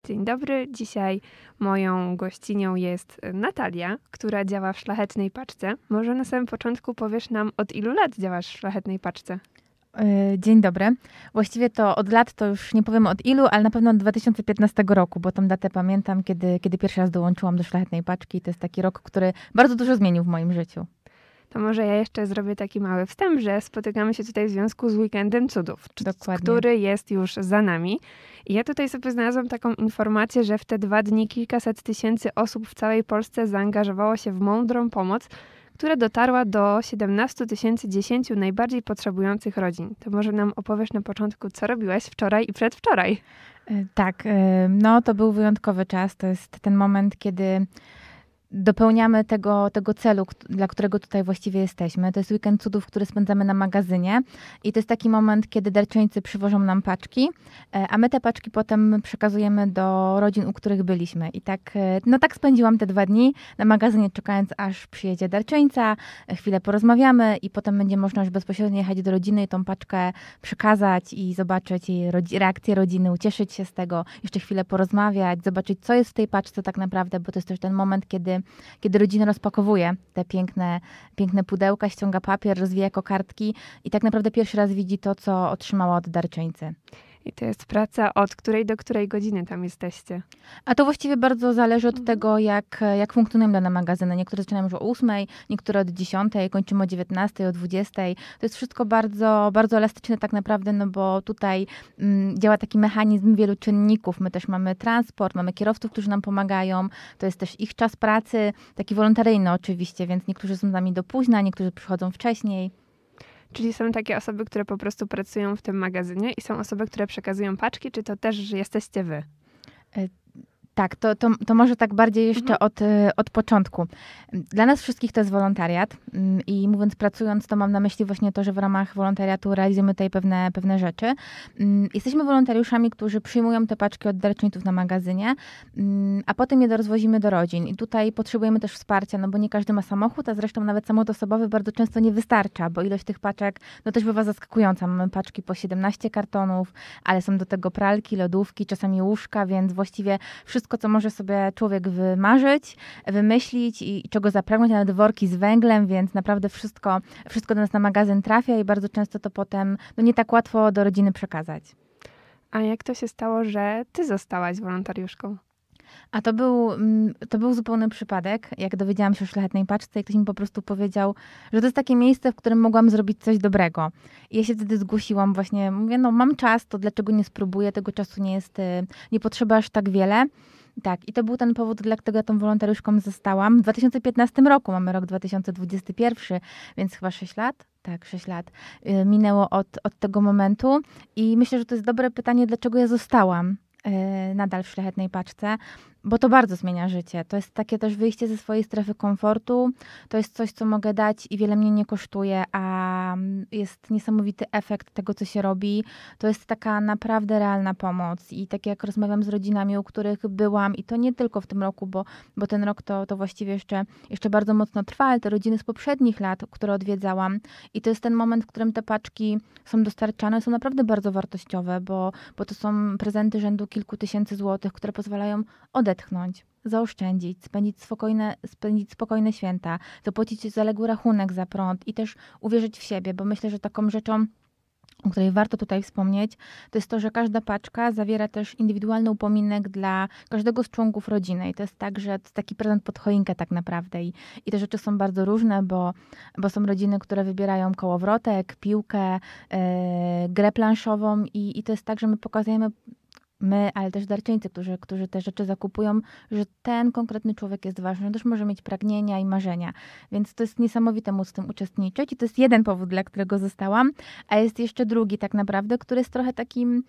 Dzień dobry. Dzisiaj moją gościnią jest Natalia, która działa w Szlachetnej Paczce. Może na samym początku powiesz nam, od ilu lat działasz w Szlachetnej Paczce? Dzień dobry. Właściwie to od lat, to już nie powiem od ilu, ale na pewno od 2015 roku, bo tą datę pamiętam, kiedy pierwszy raz dołączyłam do Szlachetnej Paczki. To jest taki rok, który bardzo dużo zmienił w moim życiu. To może ja jeszcze zrobię taki mały wstęp, że spotykamy się tutaj w związku z Weekendem Cudów, Dokładnie. który jest już za nami. I ja tutaj sobie znalazłam taką informację, że w te 2 dni kilkaset tysięcy osób w całej Polsce zaangażowało się w mądrą pomoc, która dotarła do 17 010 najbardziej potrzebujących rodzin. To może nam opowiesz na początku, co robiłaś wczoraj i przedwczoraj? Tak, no to był wyjątkowy czas. To jest ten moment, kiedy dopełniamy tego celu, dla którego tutaj właściwie jesteśmy. To jest Weekend Cudów, który spędzamy na magazynie i to jest taki moment, kiedy darczyńcy przywożą nam paczki, a my te paczki potem przekazujemy do rodzin, u których byliśmy. I tak spędziłam te 2 dni na magazynie, czekając aż przyjedzie darczyńca, chwilę porozmawiamy i potem będzie można już bezpośrednio jechać do rodziny i tą paczkę przekazać i zobaczyć jej reakcję rodziny, ucieszyć się z tego, jeszcze chwilę porozmawiać, zobaczyć, co jest w tej paczce tak naprawdę, bo to jest też ten moment, kiedy rodzina rozpakowuje te piękne pudełka, ściąga papier, rozwija kokardki i tak naprawdę pierwszy raz widzi to, co otrzymała od darczyńcy. I to jest praca od której do której godziny tam jesteście? A to właściwie bardzo zależy od tego, jak funkcjonują dane magazyny. Niektóre zaczynają już o 8, niektóre od 10, kończymy o 19, o 20. To jest wszystko bardzo, bardzo elastyczne tak naprawdę, no bo tutaj działa taki mechanizm wielu czynników. My też mamy transport, mamy kierowców, którzy nam pomagają. To jest też ich czas pracy, taki wolontaryjny oczywiście, więc niektórzy są z nami do późna, niektórzy przychodzą wcześniej. Czyli są takie osoby, które po prostu pracują w tym magazynie i są osoby, które przekazują paczki, czy to też jesteście wy? Tak, to może tak bardziej jeszcze od początku. Dla nas wszystkich to jest wolontariat i mówiąc pracując, to mam na myśli właśnie to, że w ramach wolontariatu realizujemy tutaj pewne rzeczy. Jesteśmy wolontariuszami, którzy przyjmują te paczki od darczyńców na magazynie, a potem je rozwozimy do rodzin. I tutaj potrzebujemy też wsparcia, no bo nie każdy ma samochód, a zresztą nawet samochód osobowy bardzo często nie wystarcza, bo ilość tych paczek no też bywa zaskakująca. Mamy paczki po 17 kartonów, ale są do tego pralki, lodówki, czasami łóżka, więc właściwie wszystko, co może sobie człowiek wymarzyć, wymyślić i czego zapragnąć, nawet worki z węglem, więc naprawdę wszystko do nas na magazyn trafia i bardzo często to potem nie tak łatwo do rodziny przekazać. A jak to się stało, że ty zostałaś wolontariuszką? A to był zupełny przypadek, jak dowiedziałam się o Szlachetnej Paczce i ktoś mi po prostu powiedział, że to jest takie miejsce, w którym mogłam zrobić coś dobrego. I ja się wtedy zgłosiłam właśnie, mówię, mam czas, to dlaczego nie spróbuję, tego czasu nie potrzeba aż tak wiele. Tak, i to był ten powód, dla którego ja tą wolontariuszką zostałam. W 2015 roku, mamy rok 2021, więc chyba 6 lat. Tak, 6 lat minęło od tego momentu i myślę, że to jest dobre pytanie, dlaczego ja zostałam nadal w Szlachetnej Paczce, bo to bardzo zmienia życie. To jest takie też wyjście ze swojej strefy komfortu. To jest coś, co mogę dać i wiele mnie nie kosztuje, a jest niesamowity efekt tego, co się robi. To jest taka naprawdę realna pomoc. I tak jak rozmawiam z rodzinami, u których byłam, i to nie tylko w tym roku, bo ten rok to właściwie jeszcze bardzo mocno trwa, ale te rodziny z poprzednich lat, które odwiedzałam. I to jest ten moment, w którym te paczki są dostarczane, są naprawdę bardzo wartościowe, bo to są prezenty rzędu kilku tysięcy złotych, które pozwalają odetchnąć, zaoszczędzić, spędzić spokojne święta, zapłacić zaległy rachunek za prąd i też uwierzyć w siebie, bo myślę, że taką rzeczą, o której warto tutaj wspomnieć, to jest to, że każda paczka zawiera też indywidualny upominek dla każdego z członków rodziny. I to jest tak, że to jest taki prezent pod choinkę tak naprawdę. I te rzeczy są bardzo różne, bo są rodziny, które wybierają kołowrotek, piłkę, grę planszową i to jest tak, że my pokazujemy, ale też darczyńcy, którzy te rzeczy zakupują, że ten konkretny człowiek jest ważny, on też może mieć pragnienia i marzenia. Więc to jest niesamowite móc w tym uczestniczyć i to jest jeden powód, dla którego zostałam, a jest jeszcze drugi tak naprawdę, który jest trochę takim,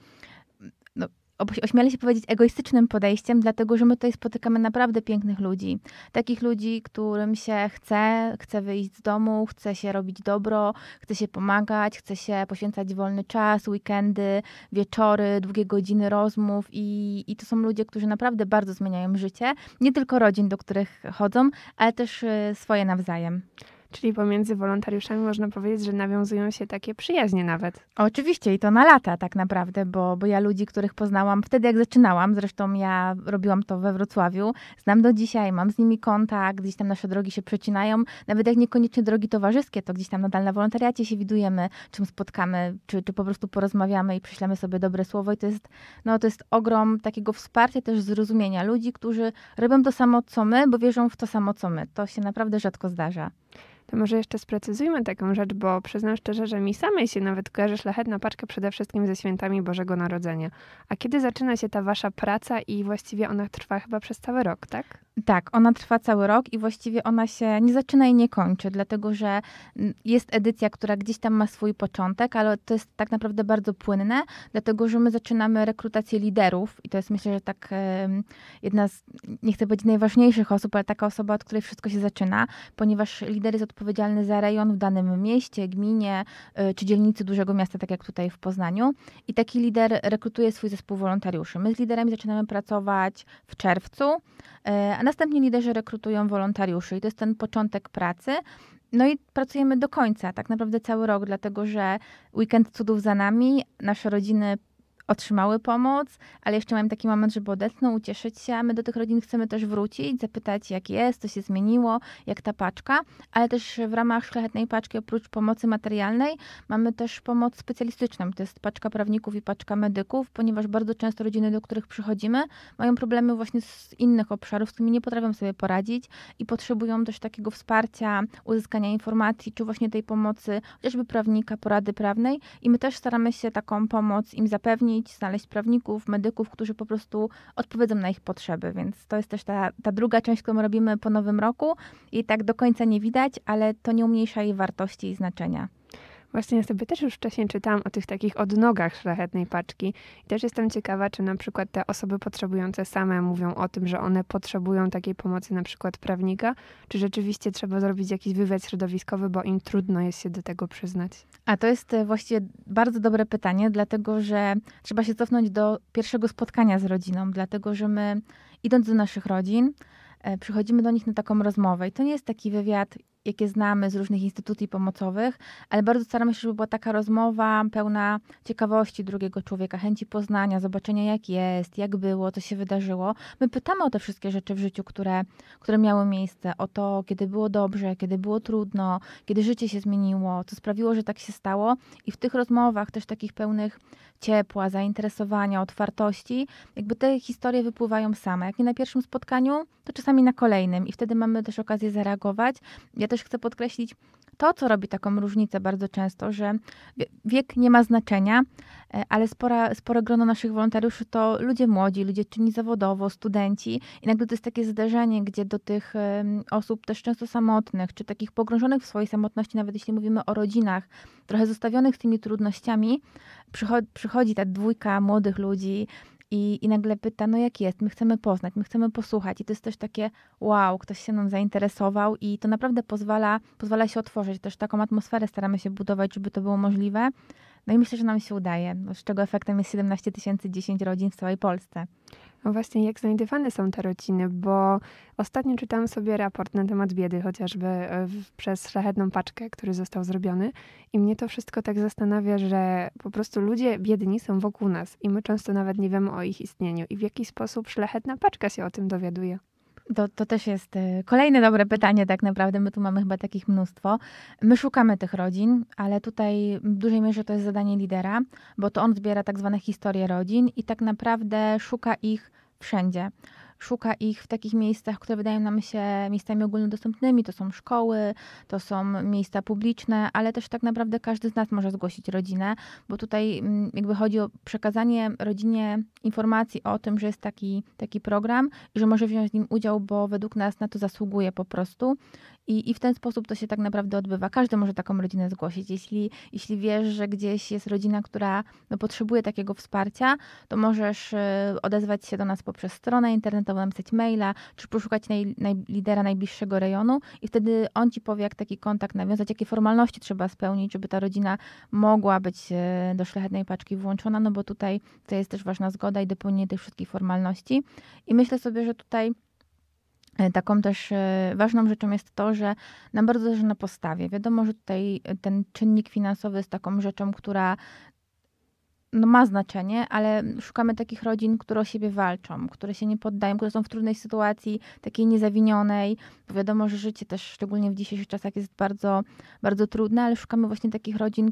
ośmielę się powiedzieć, egoistycznym podejściem, dlatego że my tutaj spotykamy naprawdę pięknych ludzi. Takich ludzi, którym się chce wyjść z domu, chce się robić dobro, chce się pomagać, chce się poświęcać wolny czas, weekendy, wieczory, długie godziny rozmów i to są ludzie, którzy naprawdę bardzo zmieniają życie. Nie tylko rodzin, do których chodzą, ale też swoje nawzajem. Czyli pomiędzy wolontariuszami można powiedzieć, że nawiązują się takie przyjaźnie nawet. Oczywiście i to na lata tak naprawdę, bo ja ludzi, których poznałam wtedy jak zaczynałam, zresztą ja robiłam to we Wrocławiu, znam do dzisiaj, mam z nimi kontakt, gdzieś tam nasze drogi się przecinają, nawet jak niekoniecznie drogi towarzyskie, to gdzieś tam nadal na wolontariacie się widujemy, czym spotkamy, czy po prostu porozmawiamy i przyślemy sobie dobre słowo i to jest ogrom takiego wsparcia, też zrozumienia ludzi, którzy robią to samo co my, bo wierzą w to samo co my. To się naprawdę rzadko zdarza. To może jeszcze sprecyzujmy taką rzecz, bo przyznam szczerze, że mi samej się nawet kojarzy Szlachetna Paczka przede wszystkim ze świętami Bożego Narodzenia. A kiedy zaczyna się ta wasza praca i właściwie ona trwa chyba przez cały rok, tak? Tak, ona trwa cały rok i właściwie ona się nie zaczyna i nie kończy, dlatego że jest edycja, która gdzieś tam ma swój początek, ale to jest tak naprawdę bardzo płynne, dlatego że my zaczynamy rekrutację liderów i to jest myślę, że tak jedna z, nie chcę powiedzieć najważniejszych osób, ale taka osoba, od której wszystko się zaczyna, ponieważ lider jest odpowiedzialny za rejon w danym mieście, gminie czy dzielnicy dużego miasta, tak jak tutaj w Poznaniu i taki lider rekrutuje swój zespół wolontariuszy. My z liderami zaczynamy pracować w czerwcu, a następnie liderzy rekrutują wolontariuszy i to jest ten początek pracy. No i pracujemy do końca, tak naprawdę cały rok, dlatego że weekend cudów za nami, nasze rodziny otrzymały pomoc, ale jeszcze mamy taki moment, żeby odetchnąć, ucieszyć się, a my do tych rodzin chcemy też wrócić, zapytać jak jest, co się zmieniło, jak ta paczka, ale też w ramach Szlachetnej Paczki oprócz pomocy materialnej mamy też pomoc specjalistyczną, to jest paczka prawników i paczka medyków, ponieważ bardzo często rodziny, do których przychodzimy, mają problemy właśnie z innych obszarów, z którymi nie potrafią sobie poradzić i potrzebują też takiego wsparcia, uzyskania informacji, czy właśnie tej pomocy, chociażby prawnika, porady prawnej i my też staramy się taką pomoc im zapewnić, znaleźć prawników, medyków, którzy po prostu odpowiedzą na ich potrzeby, więc to jest też ta druga część, którą robimy po Nowym Roku i tak do końca nie widać, ale to nie umniejsza jej wartości i znaczenia. Właśnie ja sobie też już wcześniej czytałam o tych takich odnogach Szlachetnej Paczki i też jestem ciekawa, czy na przykład te osoby potrzebujące same mówią o tym, że one potrzebują takiej pomocy na przykład prawnika, czy rzeczywiście trzeba zrobić jakiś wywiad środowiskowy, bo im trudno jest się do tego przyznać. A to jest właściwie bardzo dobre pytanie, dlatego że trzeba się cofnąć do pierwszego spotkania z rodziną, dlatego że my idąc do naszych rodzin, przychodzimy do nich na taką rozmowę i to nie jest taki wywiad, jakie znamy z różnych instytucji pomocowych, ale bardzo staramy się, żeby była taka rozmowa pełna ciekawości drugiego człowieka, chęci poznania, zobaczenia jak jest, jak było, co się wydarzyło. My pytamy o te wszystkie rzeczy w życiu, które miały miejsce, o to, kiedy było dobrze, kiedy było trudno, kiedy życie się zmieniło, co sprawiło, że tak się stało i w tych rozmowach też takich pełnych ciepła, zainteresowania, otwartości, jakby te historie wypływają same. Jak nie na pierwszym spotkaniu, to czasami na kolejnym i wtedy mamy też okazję zareagować. Ja też chcę podkreślić to, co robi taką różnicę bardzo często, że wiek nie ma znaczenia, ale spore grono naszych wolontariuszy to ludzie młodzi, ludzie czynni zawodowo, studenci i nagle to jest takie zderzenie, gdzie do tych osób też często samotnych, czy takich pogrążonych w swojej samotności, nawet jeśli mówimy o rodzinach, trochę zostawionych z tymi trudnościami, przychodzi ta dwójka młodych ludzi i nagle pyta, no jak jest, my chcemy poznać, my chcemy posłuchać i to jest też takie wow, ktoś się nam zainteresował i to naprawdę pozwala się otworzyć, też taką atmosferę staramy się budować, żeby to było możliwe. No i myślę, że nam się udaje, z czego efektem jest 17 10 rodzin w całej Polsce. No właśnie, jak znajdywane są te rodziny, bo ostatnio czytałam sobie raport na temat biedy, chociażby przez Szlachetną Paczkę, który został zrobiony i mnie to wszystko tak zastanawia, że po prostu ludzie biedni są wokół nas i my często nawet nie wiemy o ich istnieniu i w jaki sposób Szlachetna Paczka się o tym dowiaduje. To też jest kolejne dobre pytanie tak naprawdę. My tu mamy chyba takich mnóstwo. My szukamy tych rodzin, ale tutaj w dużej mierze to jest zadanie lidera, bo to on zbiera tak zwane historie rodzin i tak naprawdę szuka ich wszędzie. Szuka ich w takich miejscach, które wydają nam się miejscami ogólnodostępnymi. To są szkoły, to są miejsca publiczne, ale też tak naprawdę każdy z nas może zgłosić rodzinę, bo tutaj jakby chodzi o przekazanie rodzinie informacji o tym, że jest taki program i że może wziąć w nim udział, bo według nas na to zasługuje po prostu. I w ten sposób to się tak naprawdę odbywa. Każdy może taką rodzinę zgłosić. Jeśli wiesz, że gdzieś jest rodzina, która potrzebuje takiego wsparcia, to możesz odezwać się do nas poprzez stronę internetową, napisać maila, czy poszukać lidera najbliższego rejonu i wtedy on ci powie, jak taki kontakt nawiązać, jakie formalności trzeba spełnić, żeby ta rodzina mogła być do Szlachetnej Paczki włączona, no bo tutaj jest też ważna zgoda i dopełnienie tych wszystkich formalności. I myślę sobie, że tutaj Taką też ważną rzeczą jest to, że nam bardzo zależy na postawie. Wiadomo, że tutaj ten czynnik finansowy jest taką rzeczą, która no ma znaczenie, ale szukamy takich rodzin, które o siebie walczą, które się nie poddają, które są w trudnej sytuacji, takiej niezawinionej, bo wiadomo, że życie też szczególnie w dzisiejszych czasach jest bardzo, bardzo trudne, ale szukamy właśnie takich rodzin,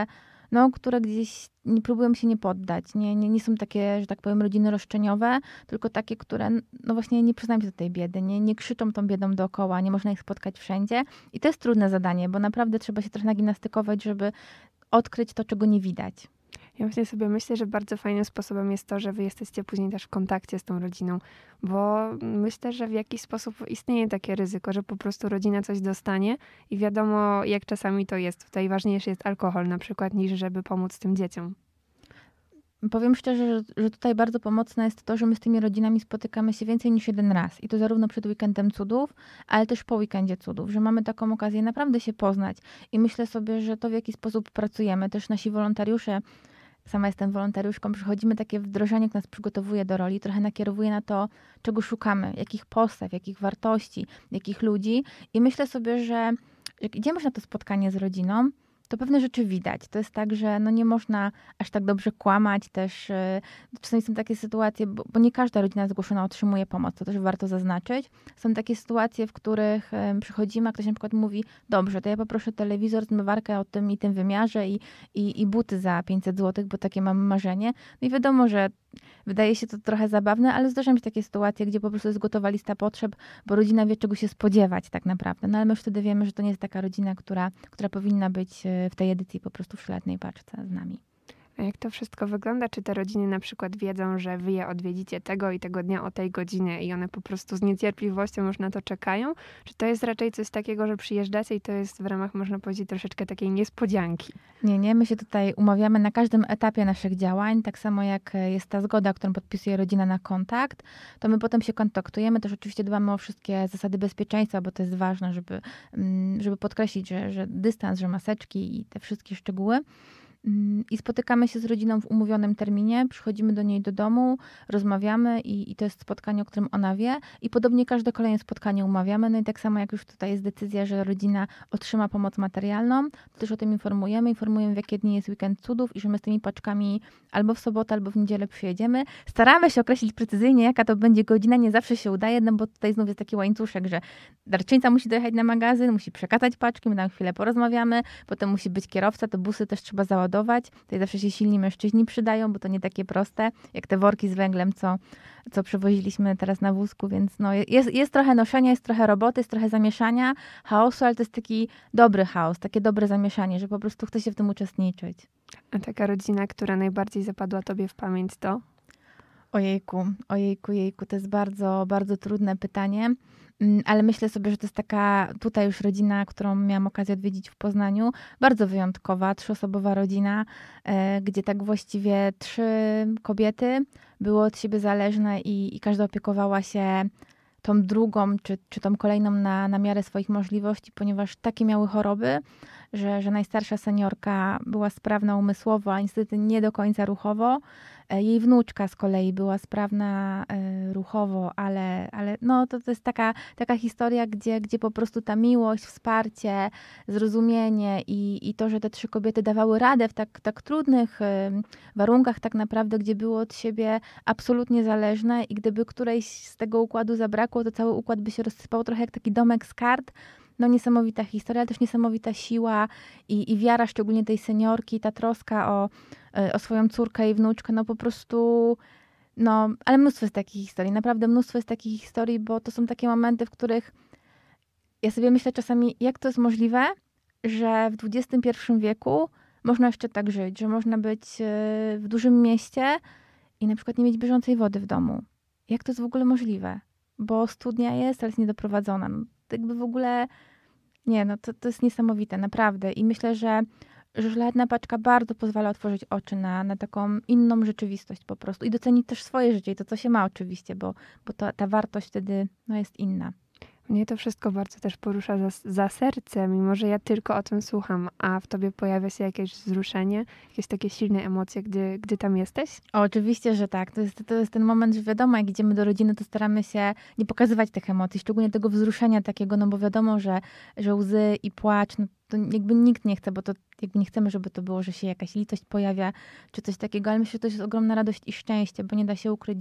które gdzieś nie próbują się nie poddać, nie są takie, że tak powiem, rodziny roszczeniowe, tylko takie, które no właśnie nie przyznają się do tej biedy, nie krzyczą tą biedą dookoła, nie można ich spotkać wszędzie i to jest trudne zadanie, bo naprawdę trzeba się trochę nagimnastykować, żeby odkryć to, czego nie widać. Ja właśnie sobie myślę, że bardzo fajnym sposobem jest to, że wy jesteście później też w kontakcie z tą rodziną, bo myślę, że w jakiś sposób istnieje takie ryzyko, że po prostu rodzina coś dostanie i wiadomo, jak czasami to jest. Tutaj ważniejszy jest alkohol na przykład, niż żeby pomóc tym dzieciom. Powiem szczerze, że tutaj bardzo pomocne jest to, że my z tymi rodzinami spotykamy się więcej niż jeden raz. I to zarówno przed weekendem cudów, ale też po weekendzie cudów, że mamy taką okazję naprawdę się poznać. I myślę sobie, że to w jaki sposób pracujemy. Też nasi wolontariusze, sama jestem wolontariuszką, przychodzimy, takie wdrożenie, które nas przygotowuje do roli, trochę nakierowuje na to, czego szukamy, jakich postaw, jakich wartości, jakich ludzi. I myślę sobie, że jak idziemy na to spotkanie z rodziną, to pewne rzeczy widać. To jest tak, że no nie można aż tak dobrze kłamać też. Czasami są takie sytuacje, bo nie każda rodzina zgłoszona otrzymuje pomoc, to też warto zaznaczyć. Są takie sytuacje, w których przychodzimy, a ktoś na przykład mówi, dobrze, to ja poproszę telewizor, zmywarkę o tym i tym wymiarze i buty za 500 zł, bo takie mam marzenie. No i wiadomo, że wydaje się to trochę zabawne, ale zdarzają się takie sytuacje, gdzie po prostu jest gotowa lista potrzeb, bo rodzina wie, czego się spodziewać tak naprawdę. No ale my już wtedy wiemy, że to nie jest taka rodzina, która powinna być w tej edycji po prostu w Szlachetnej Paczce z nami. A jak to wszystko wygląda? Czy te rodziny na przykład wiedzą, że wy je odwiedzicie tego i tego dnia o tej godzinie i one po prostu z niecierpliwością już na to czekają? Czy to jest raczej coś takiego, że przyjeżdżacie i to jest w ramach, można powiedzieć, troszeczkę takiej niespodzianki? Nie, my się tutaj umawiamy na każdym etapie naszych działań, tak samo jak jest ta zgoda, którą podpisuje rodzina na kontakt, to my potem się kontaktujemy, też oczywiście dbamy o wszystkie zasady bezpieczeństwa, bo to jest ważne, żeby podkreślić, że dystans, że maseczki i te wszystkie szczegóły. I spotykamy się z rodziną w umówionym terminie, przychodzimy do niej do domu, rozmawiamy i to jest spotkanie, o którym ona wie. I podobnie każde kolejne spotkanie umawiamy. No i tak samo jak już tutaj jest decyzja, że rodzina otrzyma pomoc materialną, to też o tym informujemy w jakie dni jest weekend cudów i że my z tymi paczkami albo w sobotę, albo w niedzielę przyjedziemy. Staramy się określić precyzyjnie, jaka to będzie godzina, nie zawsze się udaje, no bo tutaj znów jest taki łańcuszek, że darczyńca musi dojechać na magazyn, musi przekazać paczki, my tam chwilę porozmawiamy, potem musi być kierowca, to busy też trzeba załadować. Tutaj zawsze się silni mężczyźni przydają, bo to nie takie proste, jak te worki z węglem, co przewoziliśmy teraz na wózku, więc no jest trochę noszenia, jest trochę roboty, jest trochę zamieszania, chaosu, ale to jest taki dobry chaos, takie dobre zamieszanie, że po prostu chce się w tym uczestniczyć. A taka rodzina, która najbardziej zapadła tobie w pamięć, to? Ojejku, to jest bardzo, bardzo trudne pytanie, ale myślę sobie, że to jest taka tutaj już rodzina, którą miałam okazję odwiedzić w Poznaniu, bardzo wyjątkowa, 3-osobowa rodzina, gdzie tak właściwie 3 kobiety były od siebie zależne i każda opiekowała się tą drugą, czy tą kolejną na miarę swoich możliwości, ponieważ takie miały choroby, że najstarsza seniorka była sprawna umysłowo, a niestety nie do końca ruchowo. Jej wnuczka z kolei była sprawna ruchowo, ale no to jest taka historia, gdzie po prostu ta miłość, wsparcie, zrozumienie i to, że te 3 kobiety dawały radę w tak trudnych warunkach tak naprawdę, gdzie były od siebie absolutnie zależne i gdyby którejś z tego układu zabrakło, to cały układ by się rozsypał trochę jak taki domek z kart. No niesamowita historia, ale też niesamowita siła i wiara, szczególnie tej seniorki, ta troska o swoją córkę i wnuczkę, no po prostu, no, ale mnóstwo jest takich historii, naprawdę mnóstwo jest takich historii, bo to są takie momenty, w których ja sobie myślę czasami, jak to jest możliwe, że w XXI wieku można jeszcze tak żyć, że można być w dużym mieście i na przykład nie mieć bieżącej wody w domu. Jak to jest w ogóle możliwe? Bo studnia jest, ale jest niedoprowadzona. No, jakby w ogóle, nie, no to jest niesamowite, naprawdę. I myślę, że Szlachetna Paczka bardzo pozwala otworzyć oczy na taką inną rzeczywistość po prostu. I docenić też swoje życie i to, co się ma oczywiście, bo ta wartość wtedy no, jest inna. Mnie to wszystko bardzo też porusza za serce, mimo że ja tylko o tym słucham, a w tobie pojawia się jakieś wzruszenie, jakieś takie silne emocje, gdy tam jesteś? Oczywiście, że tak. To jest ten moment, że wiadomo, jak idziemy do rodziny, to staramy się nie pokazywać tych emocji, szczególnie tego wzruszenia takiego, no bo wiadomo, że łzy i płacz, no to jakby nikt nie chce, bo to jakby nie chcemy, żeby to było, że się jakaś litość pojawia, czy coś takiego, ale myślę, że to jest ogromna radość i szczęście, bo nie da się ukryć,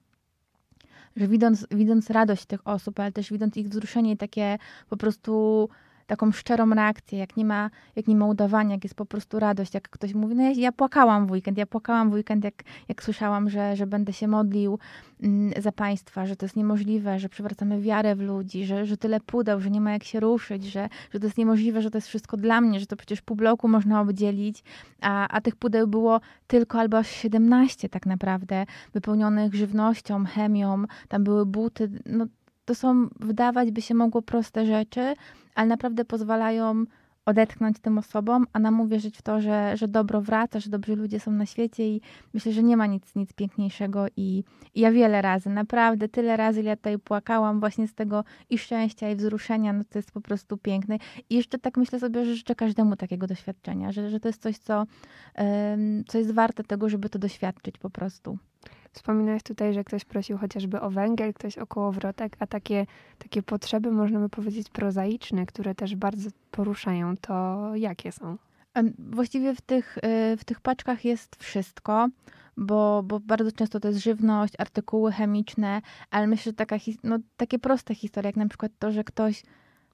że widząc radość tych osób, ale też widząc ich wzruszenie i takie po prostu taką szczerą reakcję, jak nie ma udawania, jak jest po prostu radość, jak ktoś mówi, no ja płakałam w weekend, jak słyszałam, że będę się modlił za państwa, że to jest niemożliwe, że przywracamy wiarę w ludzi, że tyle pudeł, że nie ma jak się ruszyć, że to jest niemożliwe, że to jest wszystko dla mnie, że to przecież pół bloku można obdzielić, a tych pudeł było tylko albo aż 17 tak naprawdę, wypełnionych żywnością, chemią, tam były buty, no to są, wydawać by się mogło proste rzeczy, ale naprawdę pozwalają odetchnąć tym osobom, a nam uwierzyć w to, że dobro wraca, że dobrzy ludzie są na świecie i myślę, że nie ma nic piękniejszego i ja wiele razy, naprawdę tyle razy, ile ja tutaj płakałam właśnie z tego i szczęścia i wzruszenia, no to jest po prostu piękne. I jeszcze tak myślę sobie, że życzę każdemu takiego doświadczenia, że to jest coś, co jest warte tego, żeby to doświadczyć po prostu. Wspominałeś tutaj, że ktoś prosił chociażby o węgiel, ktoś o kołowrotek, a takie potrzeby, można by powiedzieć, prozaiczne, które też bardzo poruszają, to jakie są? Właściwie w tych paczkach jest wszystko, bo bardzo często to jest żywność, artykuły chemiczne, ale myślę, że takie proste historie, jak na przykład to, że ktoś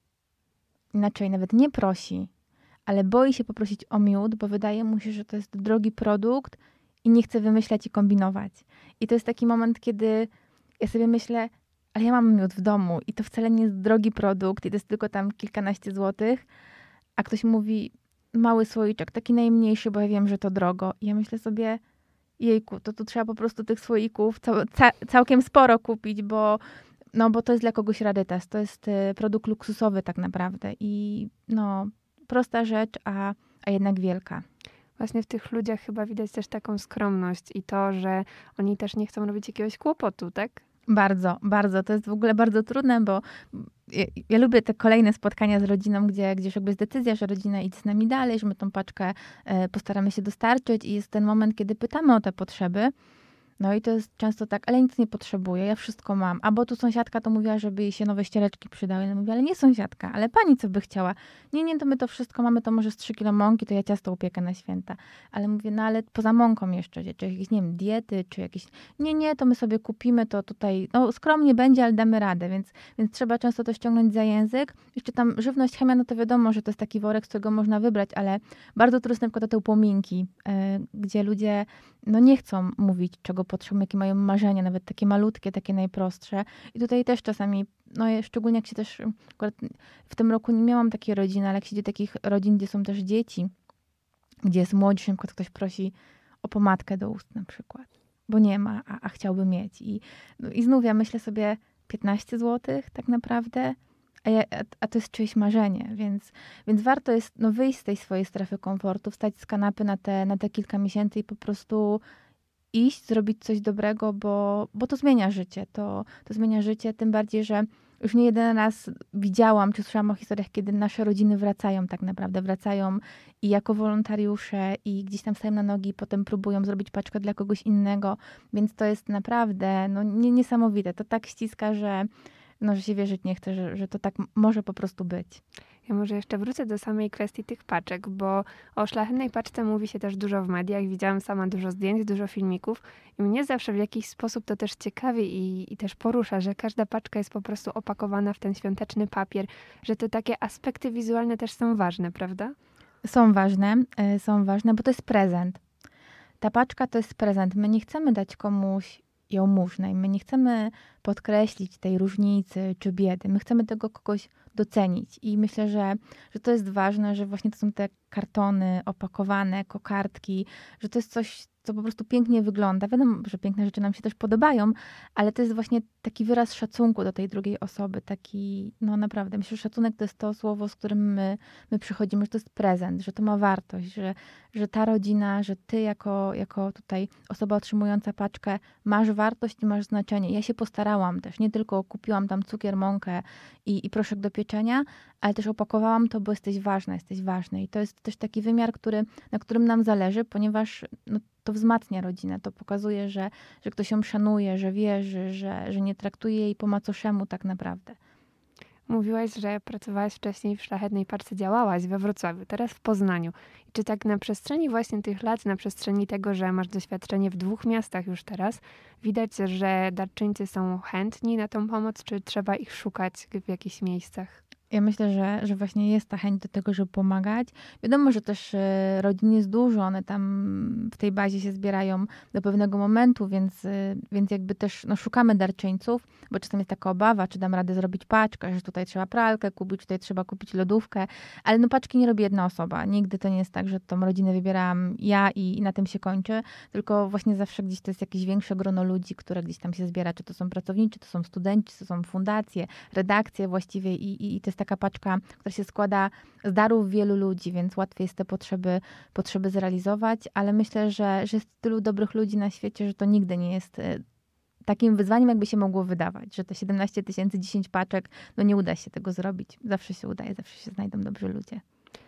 inaczej nawet nie prosi, ale boi się poprosić o miód, bo wydaje mu się, że to jest drogi produkt i nie chce wymyślać i kombinować. I to jest taki moment, kiedy ja sobie myślę, ale ja mam miód w domu i to wcale nie jest drogi produkt i to jest tylko tam kilkanaście złotych, a ktoś mówi, mały słoiczek, taki najmniejszy, bo ja wiem, że to drogo. I ja myślę sobie, jejku, to tu trzeba po prostu tych słoików całkiem sporo kupić, bo to jest dla kogoś rarytas. To jest produkt luksusowy tak naprawdę. I prosta rzecz, a jednak wielka. Właśnie w tych ludziach chyba widać też taką skromność i to, że oni też nie chcą robić jakiegoś kłopotu, tak? Bardzo, bardzo. To jest w ogóle bardzo trudne, bo ja lubię te kolejne spotkania z rodziną, gdzie już jakby jest decyzja, że rodzina idzie z nami dalej, że my tą paczkę postaramy się dostarczyć i jest ten moment, kiedy pytamy o te potrzeby. No i to jest często tak, ale nic nie potrzebuję, ja wszystko mam. Albo tu sąsiadka to mówiła, żeby jej się nowe ściereczki przydały. Ja mówię, ale nie sąsiadka, ale pani co by chciała? Nie, to my to wszystko mamy, to może z 3 kilo mąki, to ja ciasto upiekę na święta. Ale mówię, no ale poza mąką jeszcze, czy jakieś, nie wiem, diety, czy jakieś... Nie, to my sobie kupimy, to tutaj, skromnie będzie, ale damy radę, więc trzeba często to ściągnąć za język. Jeszcze tam żywność, chemia, no to wiadomo, że to jest taki worek, z którego można wybrać, ale bardzo trudne na przykład te upominki, gdzie ludzie nie chcą mówić, czego potrzebują, jakie mają marzenia, nawet takie malutkie, takie najprostsze. I tutaj też czasami, szczególnie jak się też, akurat w tym roku nie miałam takiej rodziny, ale jak się idzie takich rodzin, gdzie są też dzieci, gdzie jest młodzież, na przykład ktoś prosi o pomadkę do ust na przykład, bo nie ma, a chciałby mieć. I znów ja myślę sobie 15 zł tak naprawdę, a to jest czyjeś marzenie, więc warto jest wyjść z tej swojej strefy komfortu, wstać z kanapy na te kilka miesięcy i po prostu iść, zrobić coś dobrego, bo to zmienia życie. To zmienia życie, tym bardziej, że już nie jeden raz widziałam, czy słyszałam o historiach, kiedy nasze rodziny wracają tak naprawdę. Wracają i jako wolontariusze i gdzieś tam stają na nogi i potem próbują zrobić paczkę dla kogoś innego. Więc to jest naprawdę niesamowite. To tak ściska, że się wierzyć nie chce, że to tak może po prostu być. Ja może jeszcze wrócę do samej kwestii tych paczek, bo o szlachetnej paczce mówi się też dużo w mediach. Widziałam sama dużo zdjęć, dużo filmików i mnie zawsze w jakiś sposób to też ciekawi i też porusza, że każda paczka jest po prostu opakowana w ten świąteczny papier, że te takie aspekty wizualne też są ważne, prawda? Są ważne, bo to jest prezent. Ta paczka to jest prezent. My nie chcemy dać komuś jałmużnej. My nie chcemy podkreślić tej różnicy czy biedy. My chcemy tego kogoś docenić. I myślę, że to jest ważne, że właśnie to są te kartony opakowane, kokardki, że to jest coś co po prostu pięknie wygląda. Wiadomo, że piękne rzeczy nam się też podobają, ale to jest właśnie taki wyraz szacunku do tej drugiej osoby. Taki, no naprawdę, myślę, że szacunek to jest to słowo, z którym my przychodzimy, że to jest prezent, że to ma wartość, że ta rodzina, że ty jako tutaj osoba otrzymująca paczkę masz wartość i masz znaczenie. Ja się postarałam też, nie tylko kupiłam tam cukier, mąkę i proszek do pieczenia, ale też opakowałam to, bo jesteś ważna, jesteś ważny. I to jest też taki wymiar, na którym nam zależy, ponieważ no, to wzmacnia rodzinę. To pokazuje, że ktoś ją szanuje, że wierzy, że nie traktuje jej po macoszemu tak naprawdę. Mówiłaś, że pracowałaś wcześniej w Szlachetnej Paczce, działałaś we Wrocławiu, teraz w Poznaniu. I czy tak na przestrzeni właśnie tych lat, na przestrzeni tego, że masz doświadczenie w 2 miastach już teraz, widać, że darczyńcy są chętni na tą pomoc, czy trzeba ich szukać w jakichś miejscach? Ja myślę, że właśnie jest ta chęć do tego, żeby pomagać. Wiadomo, że też rodzin jest dużo, one tam w tej bazie się zbierają do pewnego momentu, więc jakby też no, szukamy darczyńców, bo czasem jest taka obawa, czy dam radę zrobić paczkę, że tutaj trzeba pralkę kupić, tutaj trzeba kupić lodówkę, ale no paczki nie robi jedna osoba. Nigdy to nie jest tak, że tą rodzinę wybieram ja i na tym się kończy, tylko właśnie zawsze gdzieś to jest jakieś większe grono ludzi, które gdzieś tam się zbiera, czy to są pracownicy, czy to są studenci, czy to są fundacje, redakcje właściwie i to jest taka paczka, która się składa z darów wielu ludzi, więc łatwiej jest te potrzeby zrealizować, ale myślę, że jest tylu dobrych ludzi na świecie, że to nigdy nie jest takim wyzwaniem, jakby się mogło wydawać, że te 17 000, 10 paczek, no nie uda się tego zrobić. Zawsze się udaje, zawsze się znajdą dobrzy ludzie.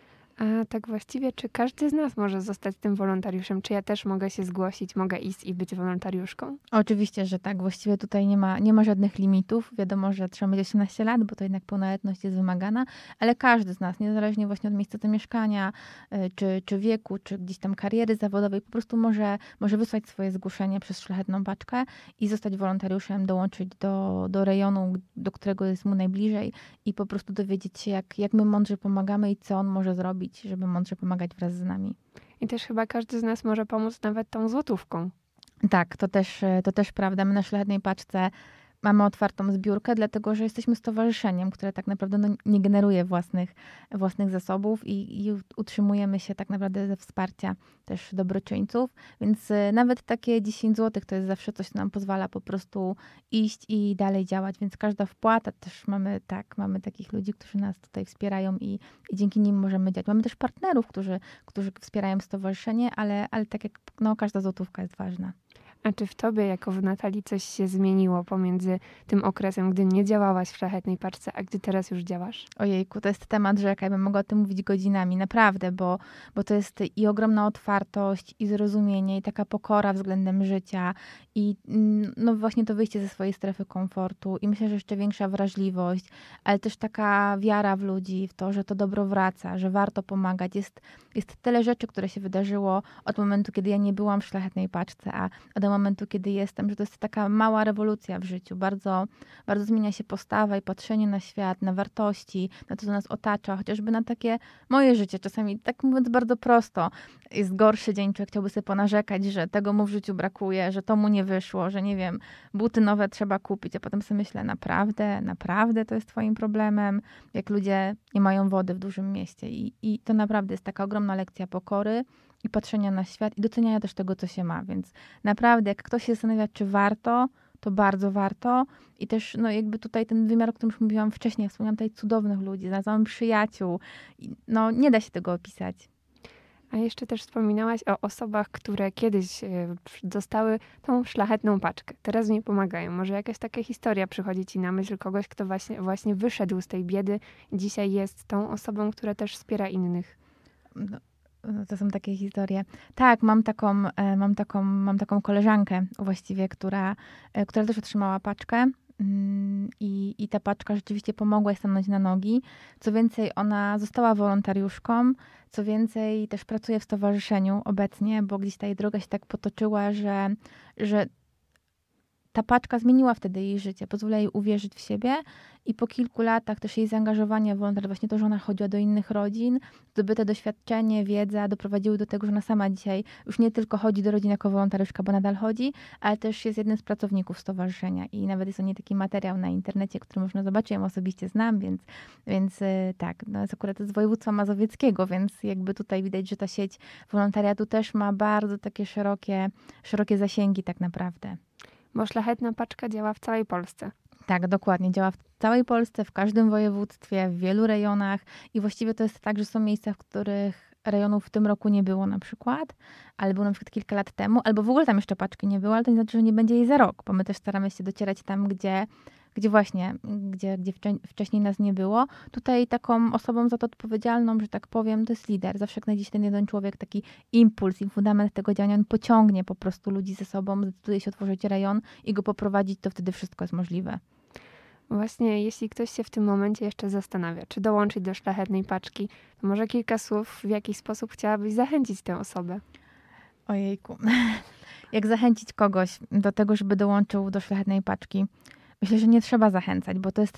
A tak właściwie, czy każdy z nas może zostać tym wolontariuszem? Czy ja też mogę się zgłosić, mogę iść i być wolontariuszką? Oczywiście, że tak. Właściwie tutaj nie ma żadnych limitów. Wiadomo, że trzeba mieć 18 lat, bo to jednak pełnoletność jest wymagana, ale każdy z nas, niezależnie właśnie od miejsca mieszkania, czy wieku, czy gdzieś tam kariery zawodowej, po prostu może wysłać swoje zgłoszenie przez Szlachetną Paczkę i zostać wolontariuszem, dołączyć do rejonu, do którego jest mu najbliżej i po prostu dowiedzieć się, jak my mądrze pomagamy i co on może zrobić, żeby mądrze pomagać wraz z nami. I też chyba każdy z nas może pomóc nawet tą złotówką. Tak, to też prawda. My na Szlachetnej Paczce mamy otwartą zbiórkę, dlatego że jesteśmy stowarzyszeniem, które tak naprawdę no, nie generuje własnych zasobów i utrzymujemy się tak naprawdę ze wsparcia też dobroczyńców, więc nawet takie 10 zł to jest zawsze coś, co nam pozwala po prostu iść i dalej działać, więc każda wpłata też mamy takich ludzi, którzy nas tutaj wspierają i dzięki nim możemy działać. Mamy też partnerów, którzy wspierają stowarzyszenie, ale tak jak no, każda złotówka jest ważna. A czy w tobie, jako w Natalii, coś się zmieniło pomiędzy tym okresem, gdy nie działałaś w Szlachetnej Paczce, a gdy teraz już działasz? Ojejku, to jest temat rzeka. Ja bym mogła o tym mówić godzinami, naprawdę, bo to jest i ogromna otwartość, i zrozumienie, i taka pokora względem życia, i no właśnie to wyjście ze swojej strefy komfortu, i myślę, że jeszcze większa wrażliwość, ale też taka wiara w ludzi, w to, że to dobro wraca, że warto pomagać. Jest tyle rzeczy, które się wydarzyło od momentu, kiedy ja nie byłam w Szlachetnej Paczce, a do momentu, kiedy jestem, że to jest taka mała rewolucja w życiu. Bardzo, bardzo zmienia się postawa i patrzenie na świat, na wartości, na to, co nas otacza, chociażby na takie moje życie. Czasami, tak mówiąc bardzo prosto, jest gorszy dzień, człowiek chciałby sobie ponarzekać, że tego mu w życiu brakuje, że to mu nie wyszło, że nie wiem, buty nowe trzeba kupić, a potem sobie myślę, naprawdę to jest twoim problemem, jak ludzie nie mają wody w dużym mieście. I to naprawdę jest taka ogromna lekcja pokory i patrzenia na świat i doceniania też tego, co się ma. Więc naprawdę, jak ktoś się zastanawia, czy warto, to bardzo warto. I też no jakby tutaj ten wymiar, o którym już mówiłam wcześniej, wspomniałam tutaj cudownych ludzi, znalazłam przyjaciół. No nie da się tego opisać. A jeszcze też wspominałaś o osobach, które kiedyś dostały tą Szlachetną Paczkę. Teraz w niej pomagają. Może jakaś taka historia przychodzi ci na myśl kogoś, kto właśnie wyszedł z tej biedy i dzisiaj jest tą osobą, która też wspiera innych. No, to są takie historie. Tak, mam taką koleżankę właściwie, która też otrzymała paczkę. I ta paczka rzeczywiście pomogła jej stanąć na nogi. Co więcej, ona została wolontariuszką, co więcej, też pracuje w stowarzyszeniu obecnie, bo gdzieś ta jej droga się tak potoczyła, że ta paczka zmieniła wtedy jej życie, pozwoliła jej uwierzyć w siebie i po kilku latach też jej zaangażowanie w wolontariat, właśnie to, że ona chodziła do innych rodzin, zdobyte doświadczenie, wiedza doprowadziły do tego, że ona sama dzisiaj już nie tylko chodzi do rodzin jako wolontariuszka, bo nadal chodzi, ale też jest jednym z pracowników stowarzyszenia i nawet jest o niej taki materiał na internecie, który można zobaczyć, ja ją osobiście znam, więc tak, no jest akurat z województwa mazowieckiego, więc jakby tutaj widać, że ta sieć wolontariatu też ma bardzo takie szerokie zasięgi tak naprawdę. Bo Szlachetna Paczka działa w całej Polsce. Tak, dokładnie. Działa w całej Polsce, w każdym województwie, w wielu rejonach i właściwie to jest tak, że są miejsca, w których rejonów w tym roku nie było na przykład, ale było na przykład kilka lat temu, albo w ogóle tam jeszcze paczki nie było, ale to nie znaczy, że nie będzie jej za rok, bo my też staramy się docierać tam, gdzie wcześniej nas nie było. Tutaj taką osobą za to odpowiedzialną, że tak powiem, to jest lider. Zawsze jak znajdzie się ten jeden człowiek, taki impuls i fundament tego działania, on pociągnie po prostu ludzi ze sobą, zdecyduje się otworzyć rejon i go poprowadzić, to wtedy wszystko jest możliwe. Właśnie, jeśli ktoś się w tym momencie jeszcze zastanawia, czy dołączyć do Szlachetnej Paczki, to może kilka słów, w jaki sposób chciałabyś zachęcić tę osobę? Ojejku. Jak zachęcić kogoś do tego, żeby dołączył do Szlachetnej Paczki? Myślę, że nie trzeba zachęcać, bo to jest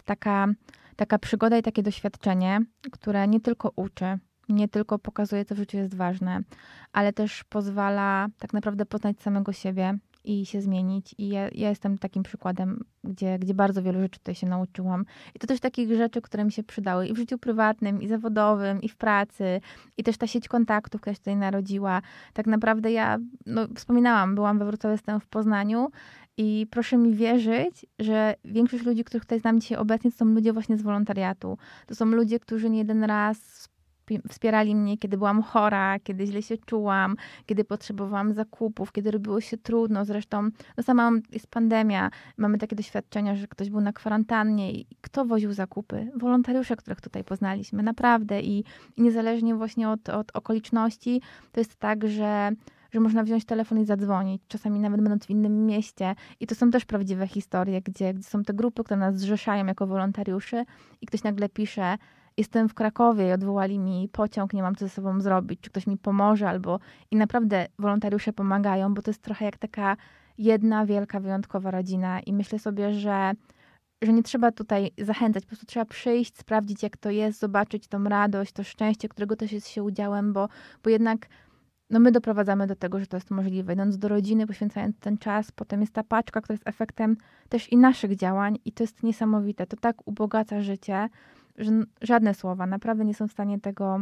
taka przygoda i takie doświadczenie, które nie tylko uczy, nie tylko pokazuje, co w życiu jest ważne, ale też pozwala tak naprawdę poznać samego siebie i się zmienić. I ja jestem takim przykładem, gdzie bardzo wielu rzeczy tutaj się nauczyłam. I to też takich rzeczy, które mi się przydały i w życiu prywatnym, i zawodowym, i w pracy, i też ta sieć kontaktów, która się tutaj narodziła. Tak naprawdę wspominałam, byłam we Wrocławiu, jestem w Poznaniu i proszę mi wierzyć, że większość ludzi, których tutaj znam dzisiaj obecnie, to są ludzie właśnie z wolontariatu. To są ludzie, którzy nie jeden raz wspierali mnie, kiedy byłam chora, kiedy źle się czułam, kiedy potrzebowałam zakupów, kiedy robiło się trudno. Zresztą jest pandemia, mamy takie doświadczenia, że ktoś był na kwarantannie i kto woził zakupy? Wolontariusze, których tutaj poznaliśmy, naprawdę. I niezależnie właśnie od okoliczności, to jest tak, że można wziąć telefon i zadzwonić, czasami nawet będąc w innym mieście. I to są też prawdziwe historie, gdzie są te grupy, które nas zrzeszają jako wolontariuszy i ktoś nagle pisze: jestem w Krakowie i odwołali mi pociąg, nie mam co ze sobą zrobić, czy ktoś mi pomoże, i naprawdę wolontariusze pomagają, bo to jest trochę jak taka jedna wielka, wyjątkowa rodzina i myślę sobie, że nie trzeba tutaj zachęcać, po prostu trzeba przyjść, sprawdzić jak to jest, zobaczyć tą radość, to szczęście, którego też jest się udziałem, bo jednak my doprowadzamy do tego, że to jest możliwe. Idąc do rodziny, poświęcając ten czas, potem jest ta paczka, która jest efektem też i naszych działań i to jest niesamowite. To tak ubogaca życie, że żadne słowa naprawdę nie są w stanie tego.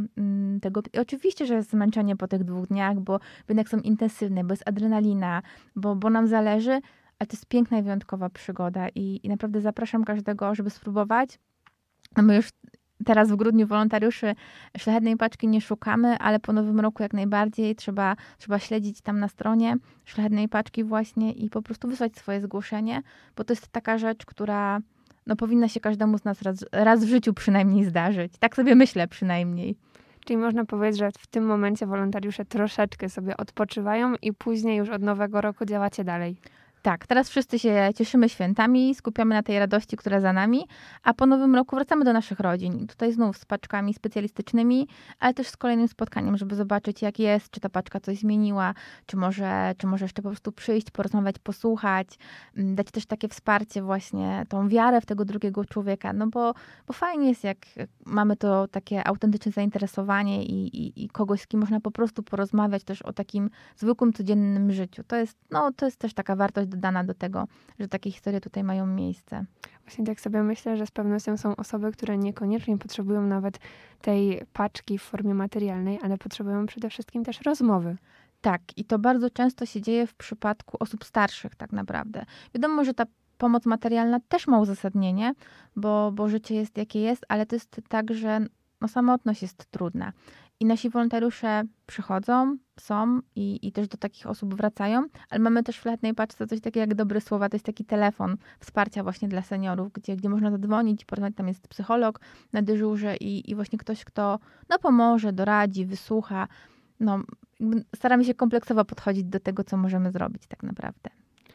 I oczywiście, że jest zmęczenie po tych 2 dniach, bo jednak są intensywne, bo jest adrenalina, bo nam zależy, ale to jest piękna i wyjątkowa przygoda i naprawdę zapraszam każdego, żeby spróbować. My już teraz w grudniu wolontariuszy Szlachetnej Paczki nie szukamy, ale po nowym roku jak najbardziej trzeba śledzić tam na stronie Szlachetnej Paczki właśnie i po prostu wysłać swoje zgłoszenie, bo to jest taka rzecz, która powinna się każdemu z nas raz w życiu przynajmniej zdarzyć. Tak sobie myślę przynajmniej. Czyli można powiedzieć, że w tym momencie wolontariusze troszeczkę sobie odpoczywają i później już od nowego roku działacie dalej. Tak, teraz wszyscy się cieszymy świętami, skupiamy na tej radości, która za nami, a po nowym roku wracamy do naszych rodzin. I tutaj znów z paczkami specjalistycznymi, ale też z kolejnym spotkaniem, żeby zobaczyć jak jest, czy ta paczka coś zmieniła, czy może jeszcze po prostu przyjść, porozmawiać, posłuchać, dać też takie wsparcie właśnie, tą wiarę w tego drugiego człowieka, bo fajnie jest jak mamy to takie autentyczne zainteresowanie i kogoś, z kim można po prostu porozmawiać też o takim zwykłym, codziennym życiu. To jest też taka wartość dodana do tego, że takie historie tutaj mają miejsce. Właśnie tak sobie myślę, że z pewnością są osoby, które niekoniecznie potrzebują nawet tej paczki w formie materialnej, ale potrzebują przede wszystkim też rozmowy. Tak, i to bardzo często się dzieje w przypadku osób starszych tak naprawdę. Wiadomo, że ta pomoc materialna też ma uzasadnienie, bo życie jest jakie jest, ale to jest tak, że samotność jest trudna. I nasi wolontariusze przychodzą, są i też do takich osób wracają, ale mamy też w Szlachetnej Paczce coś takiego jak Dobre Słowa, to jest taki telefon wsparcia właśnie dla seniorów, gdzie można zadzwonić, porozmawiać, tam jest psycholog na dyżurze i właśnie ktoś, kto pomoże, doradzi, wysłucha. Staramy się kompleksowo podchodzić do tego, co możemy zrobić tak naprawdę.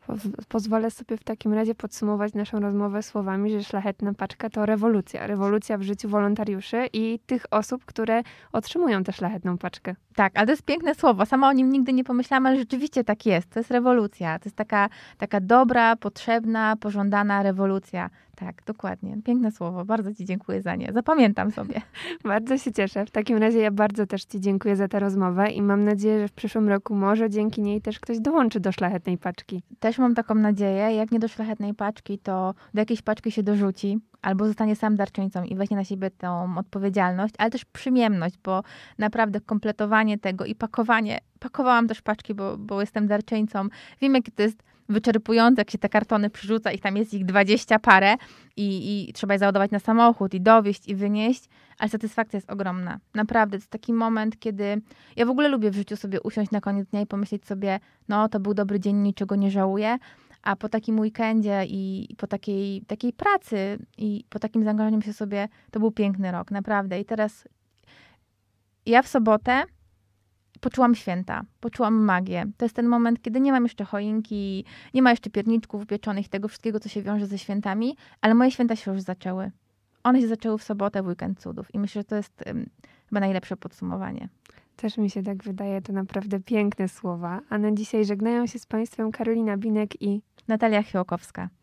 Pozwolę sobie w takim razie podsumować naszą rozmowę słowami, że Szlachetna Paczka to rewolucja. Rewolucja w życiu wolontariuszy i tych osób, które otrzymują tę Szlachetną Paczkę. Tak, ale to jest piękne słowo. Sama o nim nigdy nie pomyślałam, ale rzeczywiście tak jest. To jest rewolucja. To jest taka dobra, potrzebna, pożądana rewolucja. Tak, dokładnie. Piękne słowo. Bardzo Ci dziękuję za nie. Zapamiętam sobie. Bardzo się cieszę. W takim razie ja bardzo też Ci dziękuję za tę rozmowę i mam nadzieję, że w przyszłym roku może dzięki niej też ktoś dołączy do Szlachetnej Paczki. Też mam taką nadzieję. Jak nie do Szlachetnej Paczki, to do jakiejś paczki się dorzuci albo zostanie sam darczyńcą i weźmie na siebie tą odpowiedzialność, ale też przyjemność, bo naprawdę kompletowanie tego i pakowanie. Pakowałam też paczki, bo jestem darczyńcą. Wiem, jakie to jest wyczerpujące, jak się te kartony przyrzuca i tam jest ich 20 parę i trzeba je załadować na samochód i dowieźć i wynieść, ale satysfakcja jest ogromna. Naprawdę, to jest taki moment, kiedy ja w ogóle lubię w życiu sobie usiąść na koniec dnia i pomyśleć sobie, no to był dobry dzień, niczego nie żałuję, a po takim weekendzie i po takiej pracy i po takim zaangażowaniu się sobie, to był piękny rok, naprawdę. I teraz ja w sobotę poczułam święta, poczułam magię. To jest ten moment, kiedy nie mam jeszcze choinki, nie ma jeszcze pierniczków upieczonych, tego wszystkiego, co się wiąże ze świętami, ale moje święta się już zaczęły. One się zaczęły w sobotę, w weekend cudów. I myślę, że to jest chyba najlepsze podsumowanie. Też mi się tak wydaje, to naprawdę piękne słowa. A na dzisiaj żegnają się z Państwem Karolina Binek i Natalia Chiołkowska.